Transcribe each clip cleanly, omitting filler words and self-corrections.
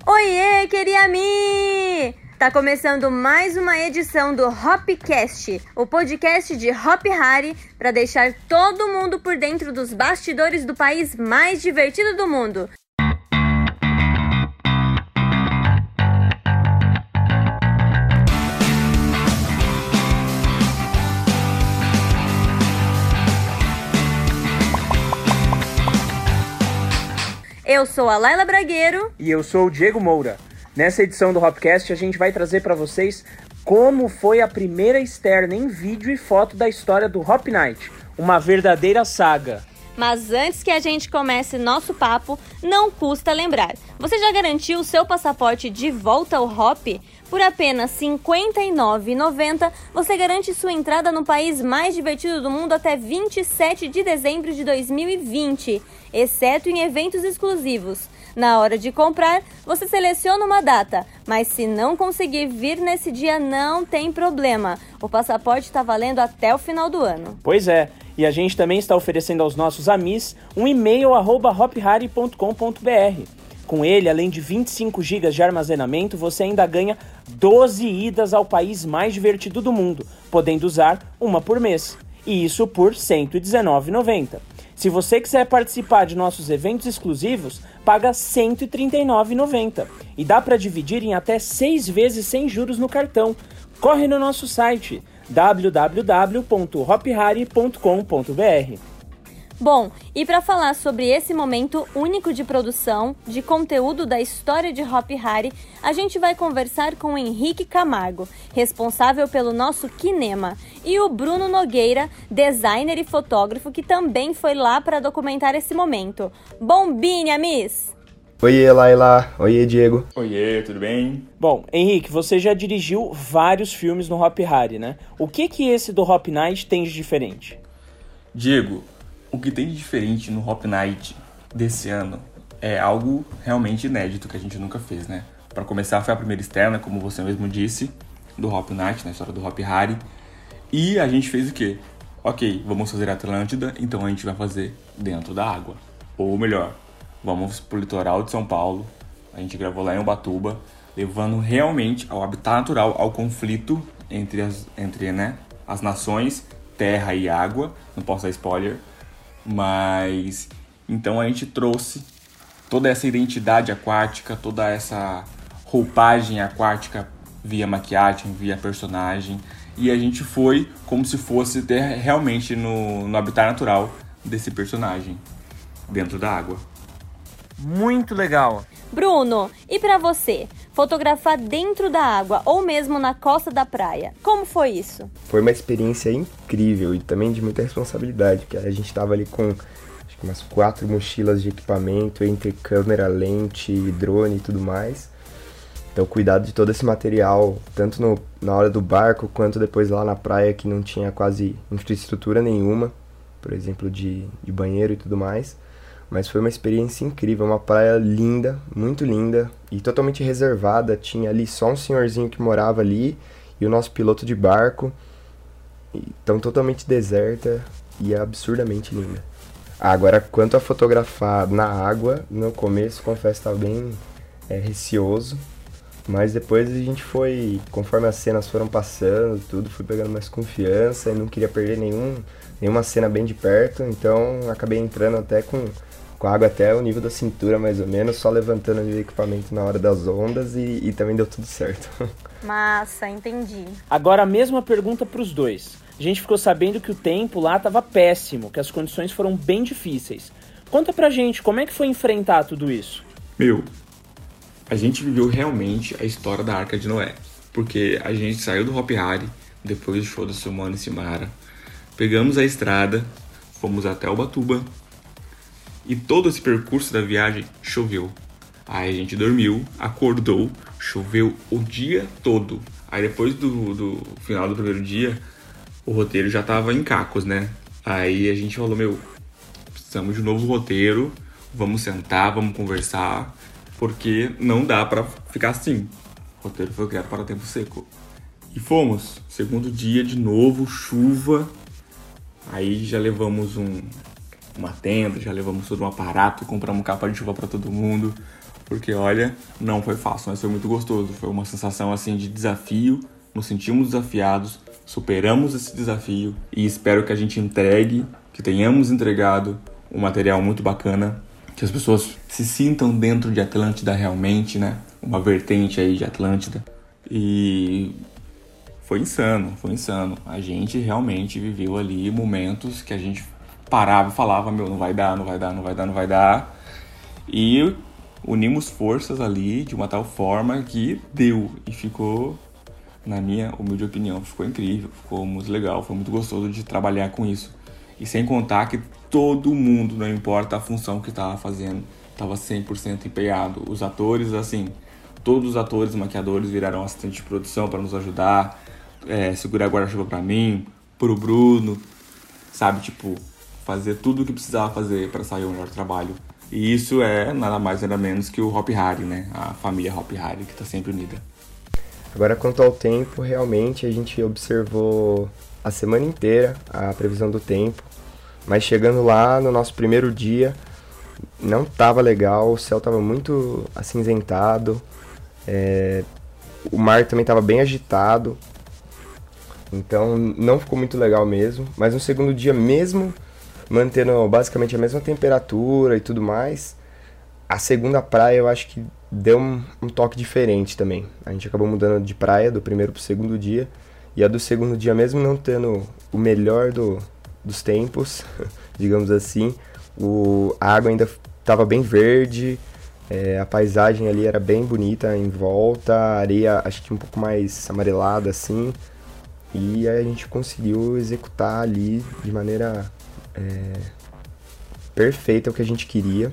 Oiê, Keriami! Tá começando mais uma edição do Hopcast, o podcast de Hop Hari para deixar todo mundo por dentro dos bastidores do país mais divertido do mundo. Eu sou a Laila Bragueiro. E eu sou o Diego Moura. Nessa edição do Hopcast a gente vai trazer para vocês como foi a primeira externa em vídeo e foto da história do Hop Night, uma verdadeira saga. Mas antes que a gente comece nosso papo, não custa lembrar. Você já garantiu o seu passaporte de volta ao Hop? Por apenas R$ 59,90, você garante sua entrada no país mais divertido do mundo até 27 de dezembro de 2020, exceto em eventos exclusivos. Na hora de comprar, você seleciona uma data, mas se não conseguir vir nesse dia, não tem problema. O passaporte está valendo até o final do ano. Pois é, e a gente também está oferecendo aos nossos amis um e-mail @hophari.com.br. Com ele, além de 25 GB de armazenamento, você ainda ganha 12 idas ao país mais divertido do mundo, podendo usar uma por mês. E isso por R$ 119,90. Se você quiser participar de nossos eventos exclusivos, paga R$ 139,90. E dá para dividir em até 6 vezes sem juros no cartão. Corre no nosso site www.hophari.com.br. Bom, e para falar sobre esse momento único de produção, de conteúdo da história de Hop Hari, a gente vai conversar com o Henrique Camargo, responsável pelo nosso Kinema, e o Bruno Nogueira, designer e fotógrafo, que também foi lá para documentar esse momento. Bombinha, Miss! Oiê, Laila. Oiê, Diego. Oiê, tudo bem? Bom, Henrique, você já dirigiu vários filmes no Hop Hari, né? O que esse do Hop Night tem de diferente? Diego, o que tem de diferente no Hop Night desse ano é algo realmente inédito que a gente nunca fez, né? Para começar, foi a primeira externa, como você mesmo disse, do Hop Night, na história do Hop Hari. E a gente fez o quê? Ok, vamos fazer Atlântida, então a gente vai fazer dentro da água. Ou melhor, vamos pro litoral de São Paulo, a gente gravou lá em Ubatuba, levando realmente ao habitat natural, ao conflito entre as nações, terra e água. Não posso dar spoiler. Mas então a gente trouxe toda essa identidade aquática, toda essa roupagem aquática via maquiagem, via personagem, e a gente foi como se fosse realmente no habitat natural desse personagem, dentro da água. Muito legal! Bruno, e para você? Fotografar dentro da água ou mesmo na costa da praia, como foi isso? Foi uma experiência incrível e também de muita responsabilidade, porque a gente estava ali com acho que umas 4 mochilas de equipamento, entre câmera, lente, drone e tudo mais. Então, cuidado de todo esse material, tanto na hora do barco, quanto depois lá na praia, que não tinha quase infraestrutura nenhuma, por exemplo, de banheiro e tudo mais. Mas foi uma experiência incrível, uma praia linda, muito linda e totalmente reservada. Tinha ali só um senhorzinho que morava ali e o nosso piloto de barco. Então totalmente deserta e absurdamente linda. Agora, quanto a fotografar na água, no começo, confesso, estava bem receoso. Mas depois a gente foi, conforme as cenas foram passando, tudo, fui pegando mais confiança e não queria perder nenhuma cena bem de perto. Então acabei entrando até com a água até o nível da cintura, mais ou menos, só levantando ali o equipamento na hora das ondas e também deu tudo certo. Massa, entendi. Agora a mesma pergunta para os dois. A gente ficou sabendo que o tempo lá estava péssimo, que as condições foram bem difíceis. Conta pra gente, como é que foi enfrentar tudo isso? A gente viveu realmente a história da Arca de Noé, porque a gente saiu do Hop Hari, depois do show da Silmana e Simara, pegamos a estrada, fomos até Ubatuba, e todo esse percurso da viagem choveu. Aí a gente dormiu, acordou, choveu o dia todo. Aí depois do final do primeiro dia, o roteiro já tava em cacos, né? Aí a gente falou, precisamos de um novo roteiro, vamos sentar, vamos conversar, porque não dá pra ficar assim. O roteiro foi criado para tempo seco. E fomos. Segundo dia, de novo, chuva. Aí já levamos uma tenda, já levamos todo um aparato, compramos capa de chuva para todo mundo. porque olha, não foi fácil, mas foi muito gostoso. Foi uma sensação assim de desafio, nos sentimos desafiados, superamos esse desafio e espero que a gente entregue, que tenhamos entregado um material muito bacana, que as pessoas se sintam dentro de Atlântida realmente, né? Uma vertente aí de Atlântida. E foi insano. A gente realmente viveu ali momentos que a gente parava e falava, não vai dar. E unimos forças ali de uma tal forma que deu. E ficou, na minha humilde opinião, ficou incrível, ficou muito legal, foi muito gostoso de trabalhar com isso. E sem contar que todo mundo, não importa a função que estava fazendo, estava 100% empenhado. Os atores, assim, todos os atores e maquiadores viraram assistente de produção para nos ajudar, segurar guarda-chuva para mim, pro Bruno, sabe, tipo, fazer tudo o que precisava fazer para sair o melhor trabalho. E isso é nada mais nada menos que o Hop Hari, né? A família Hop Hari que está sempre unida. Agora, quanto ao tempo, realmente a gente observou a semana inteira a previsão do tempo, mas chegando lá no nosso primeiro dia, não estava legal, o céu estava muito acinzentado, o mar também estava bem agitado, então não ficou muito legal mesmo. Mas no segundo dia, mesmo mantendo basicamente a mesma temperatura e tudo mais, a segunda praia eu acho que deu um toque diferente também. A gente acabou mudando de praia do primeiro para o segundo dia, e a do segundo dia, mesmo não tendo o melhor dos tempos, digamos assim, a água ainda estava bem verde, a paisagem ali era bem bonita em volta, a areia acho que um pouco mais amarelada assim, e a gente conseguiu executar ali de maneira perfeita o que a gente queria.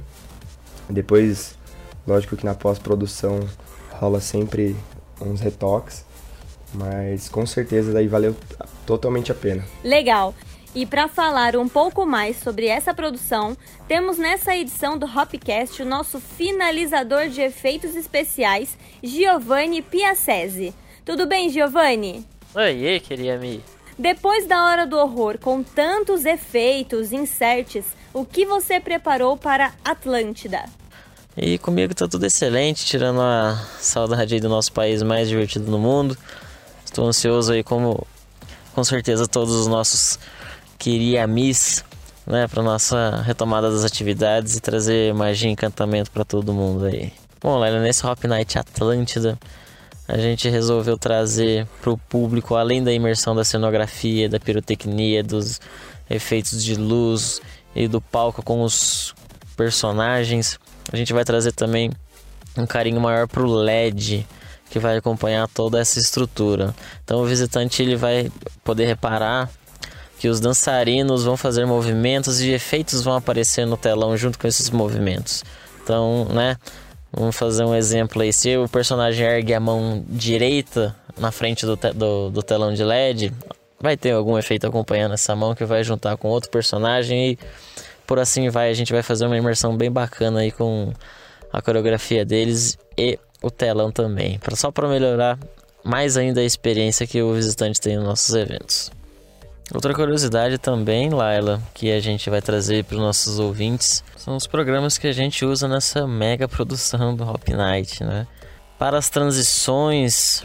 Depois, lógico que na pós-produção rola sempre uns retoques, mas com certeza daí valeu totalmente a pena. Legal! E para falar um pouco mais sobre essa produção, temos nessa edição do Hopcast o nosso finalizador de efeitos especiais, Giovanni Piacese. Tudo bem, Giovanni? Oiê, queria me... Depois da Hora do Horror, com tantos efeitos, inserts, o que você preparou para Atlântida? E comigo tá tudo excelente, tirando a saudade aí do nosso país mais divertido no mundo. Estou ansioso aí, como com certeza todos os nossos queriamis, né, para nossa retomada das atividades e trazer magia e encantamento para todo mundo aí. Bom, Laila, nesse Hop Night Atlântida, a gente resolveu trazer para o público, além da imersão da cenografia, da pirotecnia, dos efeitos de luz e do palco com os personagens, a gente vai trazer também um carinho maior para o LED, que vai acompanhar toda essa estrutura. Então o visitante ele vai poder reparar que os dançarinos vão fazer movimentos e efeitos vão aparecer no telão junto com esses movimentos. Então, né, vamos fazer um exemplo aí. Se o personagem ergue a mão direita na frente do telão de LED, vai ter algum efeito acompanhando essa mão que vai juntar com outro personagem e por assim vai. A gente vai fazer uma imersão bem bacana aí com a coreografia deles e o telão também, só para melhorar mais ainda a experiência que o visitante tem nos nossos eventos. Outra curiosidade também, Laila, que a gente vai trazer para os nossos ouvintes, são os programas que a gente usa nessa mega produção do Hop Night, né? Para as transições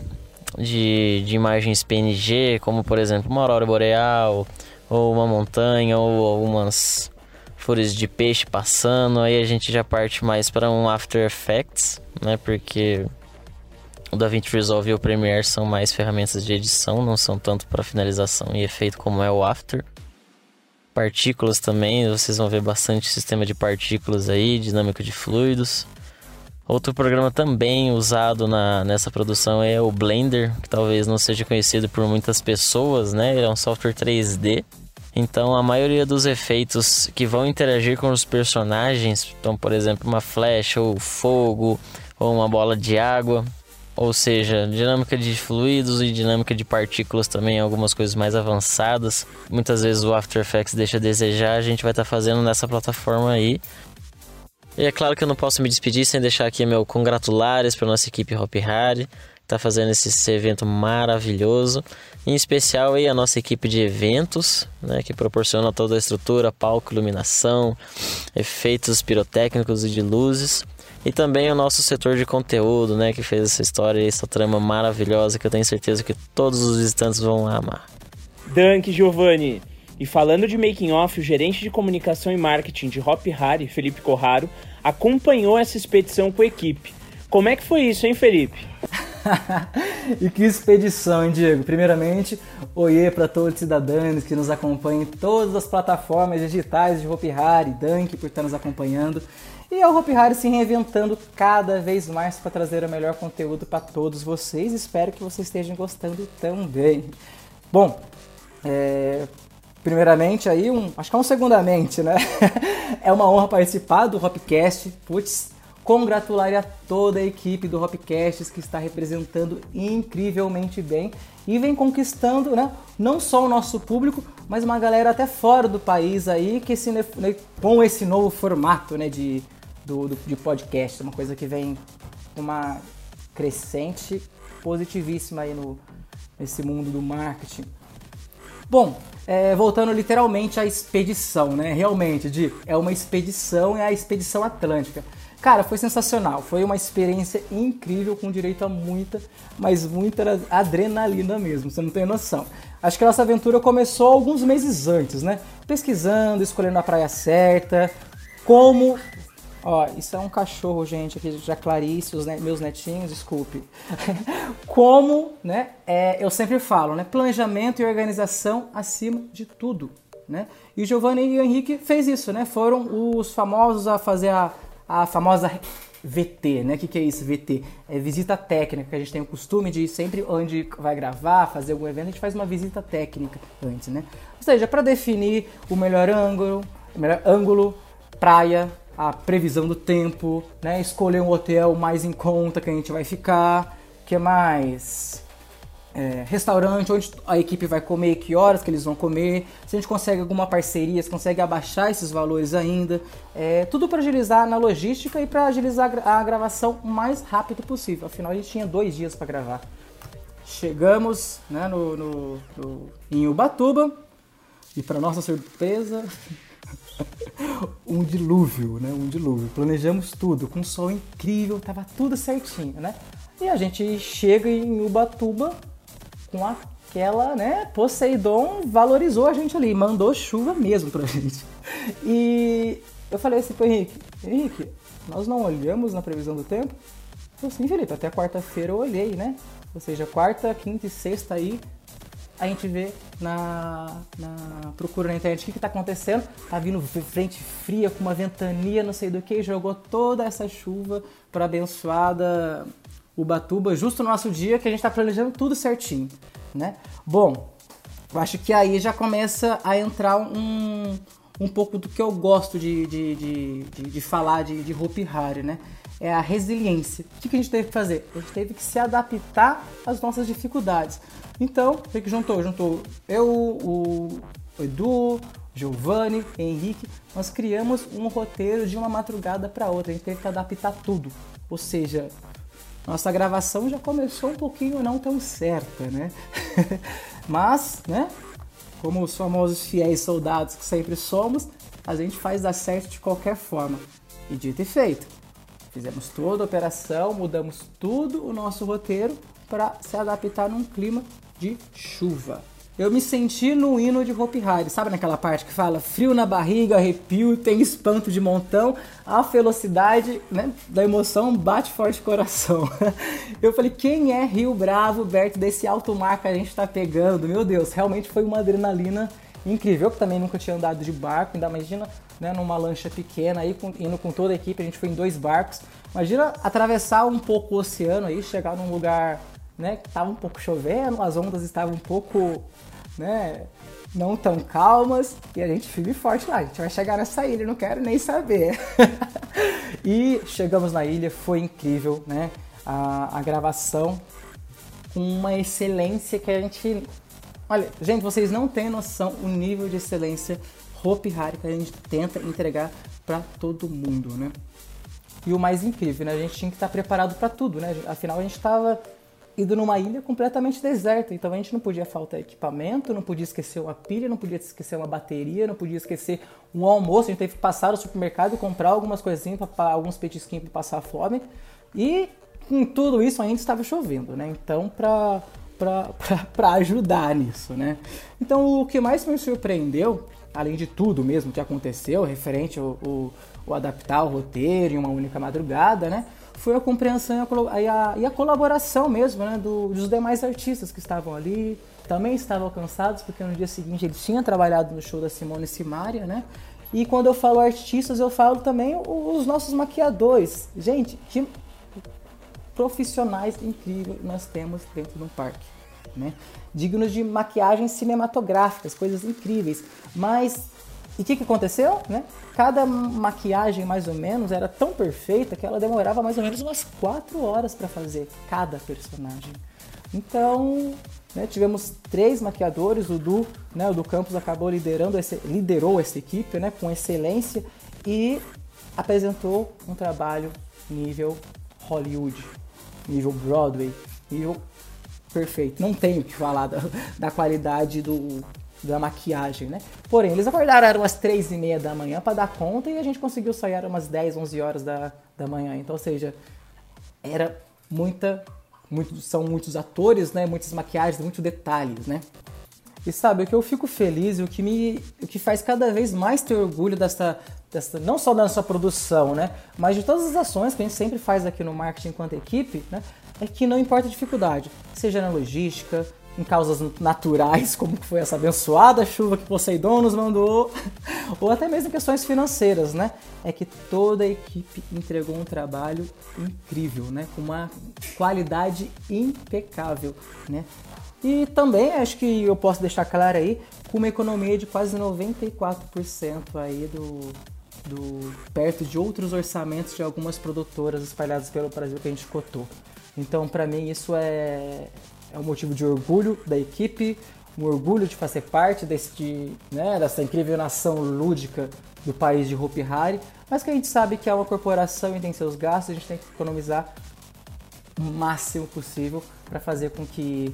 de imagens PNG, como por exemplo uma aurora boreal, ou uma montanha, ou algumas flores de peixe passando, aí a gente já parte mais para um After Effects, né? Porque o DaVinci Resolve e o Premiere são mais ferramentas de edição, não são tanto para finalização e efeito como é o After. Partículas também, vocês vão ver bastante sistema de partículas aí, dinâmico de fluidos. Outro programa também usado nessa produção é o Blender, que talvez não seja conhecido por muitas pessoas, né? Ele é um software 3D. Então a maioria dos efeitos que vão interagir com os personagens, então por exemplo uma flecha ou fogo ou uma bola de água, ou seja, dinâmica de fluidos e dinâmica de partículas também, algumas coisas mais avançadas. Muitas vezes o After Effects deixa a desejar, a gente vai estar fazendo nessa plataforma aí. E é claro que eu não posso me despedir sem deixar aqui meu congratulares para nossa equipe Hop Hari, tá fazendo esse evento maravilhoso. Em especial aí a nossa equipe de eventos, né, que proporciona toda a estrutura, palco, iluminação, efeitos pirotécnicos e de luzes. E também o nosso setor de conteúdo, né, que fez essa história e essa trama maravilhosa que eu tenho certeza que todos os visitantes vão amar. Danke, Giovanni! E falando de making off, o gerente de comunicação e marketing de Hopi Hari, Felipe Corraro, acompanhou essa expedição com a equipe. Como é que foi isso, hein, Felipe? E que expedição, hein, Diego? Primeiramente, oiê para todos os cidadãos que nos acompanham em todas as plataformas digitais de Hopi Hari, Danke por estar nos acompanhando. E a Hopi Hari se reinventando cada vez mais para trazer o melhor conteúdo para todos vocês. Espero que vocês estejam gostando também. Bom, primeiramente aí, acho que é um segundamente, né? É uma honra participar do Hopcast. Putz, congratular a toda a equipe do Hopcast que está representando incrivelmente bem e vem conquistando, né, não só o nosso público, mas uma galera até fora do país aí que com esse novo formato, né, de podcast, uma coisa que vem uma crescente positivíssima aí nesse mundo do marketing. Bom, voltando literalmente à expedição, né? Realmente, é uma expedição, é a Expedição Atlântica. Cara, foi sensacional, foi uma experiência incrível com direito a muita adrenalina mesmo, você não tem noção. Acho que a nossa aventura começou alguns meses antes, né? Pesquisando, escolhendo a praia certa, como... Ó, isso é um cachorro, gente, aqui já Clarice, meus netinhos, desculpe. Como, né, eu sempre falo, né, planejamento e organização acima de tudo, né? E o Giovanni e o Henrique fez isso, né? Foram os famosos a fazer a famosa VT, né? O que é isso, VT? É visita técnica, que a gente tem o costume de ir sempre onde vai gravar, fazer algum evento, a gente faz uma visita técnica antes, né? Ou seja, para definir o melhor ângulo, praia, a previsão do tempo, né? Escolher um hotel mais em conta que a gente vai ficar, que mais? Restaurante, onde a equipe vai comer, que horas que eles vão comer, se a gente consegue alguma parceria, se consegue abaixar esses valores ainda, tudo para agilizar na logística e para agilizar a gravação o mais rápido possível. Afinal, a gente tinha 2 dias para gravar. Chegamos, né, em Ubatuba e, para nossa surpresa, um dilúvio, né? Um dilúvio. Planejamos tudo, com um sol incrível, tava tudo certinho, né? E a gente chega em Ubatuba com aquela, né? Poseidon valorizou a gente ali, mandou chuva mesmo pra gente. E eu falei assim pro Henrique, nós não olhamos na previsão do tempo? Eu falei assim, Felipe, até quarta-feira eu olhei, né? Ou seja, quarta, quinta e sexta aí, a gente vê procura na internet o que está acontecendo, tá vindo frente fria com uma ventania, não sei do que, jogou toda essa chuva para abençoada Ubatuba, justo no nosso dia que a gente está planejando tudo certinho, né? Bom, eu acho que aí já começa a entrar um pouco do que eu gosto de falar de Hopi Hari, né? É a resiliência. O que a gente teve que fazer? A gente teve que se adaptar às nossas dificuldades. Então, o que juntou? Juntou eu, o Edu, Giovanni, Henrique. Nós criamos um roteiro de uma madrugada para outra. A gente teve que adaptar tudo. Ou seja, nossa gravação já começou um pouquinho não tão certa, né? Mas, né? Como os famosos fiéis soldados que sempre somos, a gente faz dar certo de qualquer forma. E dito e feito. Fizemos toda a operação, mudamos tudo o nosso roteiro para se adaptar num clima de chuva. Eu me senti no hino de Hopi Hari, sabe naquela parte que fala frio na barriga, arrepio, tem espanto de montão, a velocidade, né, da emoção bate forte o coração. Eu falei, quem é Rio Bravo, perto desse alto mar que a gente está pegando? Meu Deus, realmente foi uma adrenalina incrível. Eu que também nunca tinha andado de barco, ainda imagina, né, numa lancha pequena, aí, indo com toda a equipe, a gente foi em 2 barcos. Imagina atravessar um pouco o oceano aí, chegar num lugar, né, que estava um pouco chovendo, as ondas estavam um pouco, né, não tão calmas, e a gente firme e forte lá, a gente vai chegar nessa ilha, não quero nem saber. E chegamos na ilha, foi incrível, né, a gravação com uma excelência que a gente... Olha, gente, vocês não têm noção o nível de excelência Hopi Hari que a gente tenta entregar para todo mundo, né? E o mais incrível, né? A gente tinha que estar preparado para tudo, né? Afinal, a gente estava ido numa ilha completamente deserta, então a gente não podia faltar equipamento, não podia esquecer uma pilha, não podia esquecer uma bateria, não podia esquecer um almoço, a gente teve que passar no supermercado e comprar algumas coisinhas, alguns petisquinhos para passar fome, e com tudo isso ainda estava chovendo, né? Então para ajudar nisso, né? Então o que mais me surpreendeu, além de tudo mesmo que aconteceu, referente ao adaptar o roteiro em uma única madrugada, né? Foi a compreensão e a colaboração mesmo, né, dos demais artistas que estavam ali. Também estavam cansados, porque no dia seguinte eles tinham trabalhado no show da Simone Simaria, né? E quando eu falo artistas, eu falo também os nossos maquiadores. Gente, que profissionais incríveis nós temos dentro do parque, né? Dignos de maquiagens cinematográficas, coisas incríveis. Mas, e o que aconteceu, né? Cada maquiagem, mais ou menos, era tão perfeita que ela demorava mais ou menos umas 4 horas para fazer cada personagem. Então, né, tivemos 3 maquiadores, o Du Campos liderou essa equipe, né, com excelência e apresentou um trabalho nível Hollywood, nível Broadway, nível perfeito. Não tenho o que falar da qualidade da maquiagem, né? Porém, eles acordaram, eram umas 3h30 da manhã para dar conta e a gente conseguiu sair, eram umas 10, 11 horas da manhã. Então, ou seja, são muitos atores, né? Muitas maquiagens, muitos detalhes, né? E sabe, o que eu fico feliz e o que faz cada vez mais ter orgulho dessa não só da nossa produção, né? Mas de todas as ações que a gente sempre faz aqui no marketing enquanto equipe, né? É que não importa a dificuldade, seja na logística, em causas naturais, como foi essa abençoada chuva que Poseidon nos mandou, ou até mesmo em questões financeiras, né? É que toda a equipe entregou um trabalho incrível, né? Com uma qualidade impecável, né? E também, acho que eu posso deixar claro aí, com uma economia de quase 94% aí perto de outros orçamentos de algumas produtoras espalhadas pelo Brasil que a gente cotou. Então, para mim, isso é um motivo de orgulho da equipe, um orgulho de fazer parte dessa incrível nação lúdica do país de Hopi Hari, mas que a gente sabe que é uma corporação e tem seus gastos, a gente tem que economizar o máximo possível para fazer com que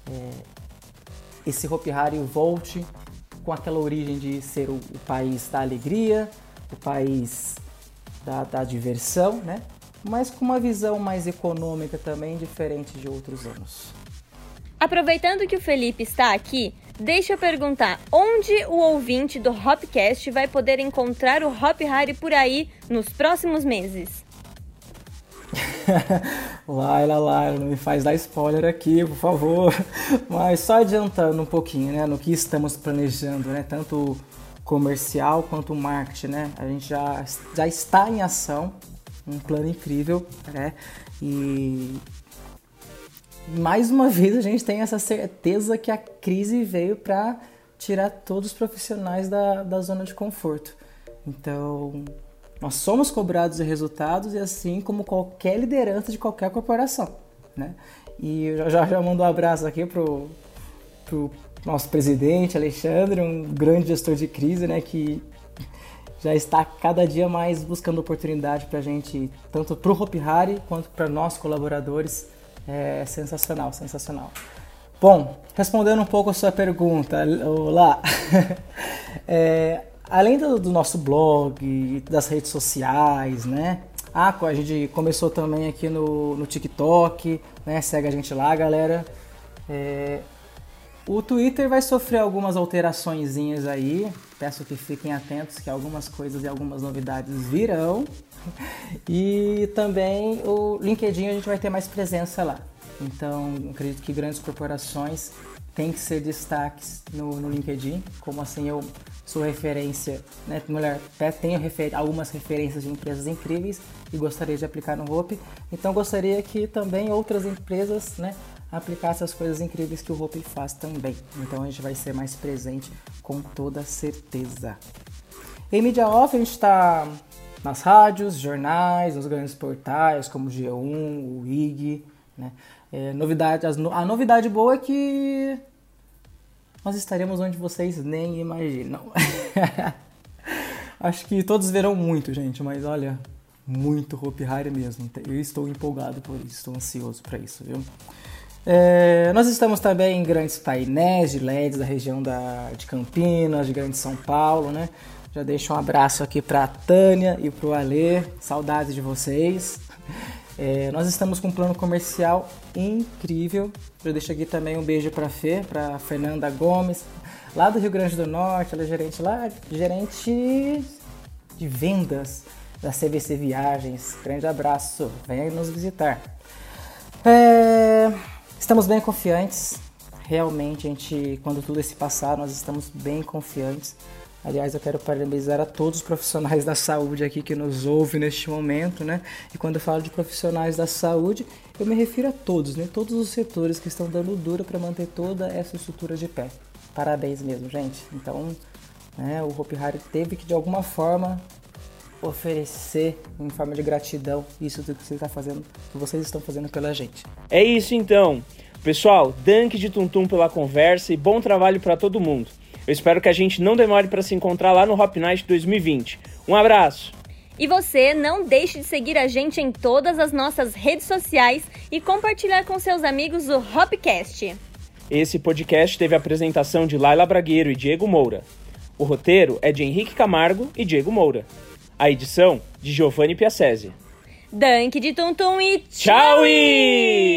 esse Hopi Hari volte com aquela origem de ser o país da alegria, o país da diversão, né? Mas com uma visão mais econômica também, diferente de outros anos. Aproveitando que o Felipe está aqui, deixa eu perguntar, onde o ouvinte do Hopcast vai poder encontrar o Hopi Hari por aí nos próximos meses? Laila, não me faz dar spoiler aqui, por favor. Mas só adiantando um pouquinho, né, no que estamos planejando, né, tanto comercial quanto marketing, né, a gente já está em ação, um plano incrível, né, e mais uma vez a gente tem essa certeza que a crise veio para tirar todos os profissionais da zona de conforto. Então, nós somos cobrados de resultados e assim como qualquer liderança de qualquer corporação, né? E eu já mando um abraço aqui pro nosso presidente, Alexandre, um grande gestor de crise, né? Que já está cada dia mais buscando oportunidade para a gente, tanto para o Hopi Hari quanto para nossos colaboradores. É sensacional. Bom, respondendo um pouco a sua pergunta, Lá, além do nosso blog, das redes sociais, né? A gente começou também aqui no TikTok, né? Segue a gente lá, galera. O Twitter vai sofrer algumas alteraçõezinhas aí. Peço que fiquem atentos que algumas coisas e algumas novidades virão. E também o LinkedIn a gente vai ter mais presença lá. Então, acredito que grandes corporações têm que ser destaques no LinkedIn. Como assim eu sou referência, né? Até tenho algumas referências de empresas incríveis e gostaria de aplicar no Hopi. Então, gostaria que também outras empresas, né, aplicassem as coisas incríveis que o Hopi faz também. Então, a gente vai ser mais presente com toda certeza. Em mídia off, a gente está nas rádios, jornais, nos grandes portais como o G1, o IG, né? A novidade boa é que nós estaremos onde vocês nem imaginam. Acho que todos verão muito, gente, mas olha, muito Hopi Hari mesmo. Eu estou empolgado por isso, estou ansioso para isso, viu? Nós estamos também em grandes painéis de LEDs da região de Campinas, de Grande São Paulo, né? Já deixo um abraço aqui para a Tânia e para o Alê, saudades de vocês. Nós estamos com um plano comercial incrível. Eu deixo aqui também um beijo para a Fernanda Gomes, lá do Rio Grande do Norte. Ela é gerente de vendas da CVC Viagens. Grande abraço, venha nos visitar. Estamos bem confiantes. Realmente, quando tudo esse passar, nós estamos bem confiantes. Aliás, eu quero parabenizar a todos os profissionais da saúde aqui que nos ouvem neste momento, né? E quando eu falo de profissionais da saúde, eu me refiro a todos, né? Todos os setores que estão dando duro para manter toda essa estrutura de pé. Parabéns mesmo, gente. Então, né, o Hopi Hari teve que, de alguma forma, oferecer, em forma de gratidão, isso que vocês estão fazendo pela gente. É isso, então. Pessoal, danke de Tum Tum pela conversa e bom trabalho para todo mundo. Eu espero que a gente não demore para se encontrar lá no Hopi Night 2020. Um abraço! E você não deixe de seguir a gente em todas as nossas redes sociais e compartilhar com seus amigos o Hopcast. Esse podcast teve a apresentação de Laila Bragueiro e Diego Moura. O roteiro é de Henrique Camargo e Diego Moura. A edição de Giovanni Piacese. Danke de Tum Tum e tchau!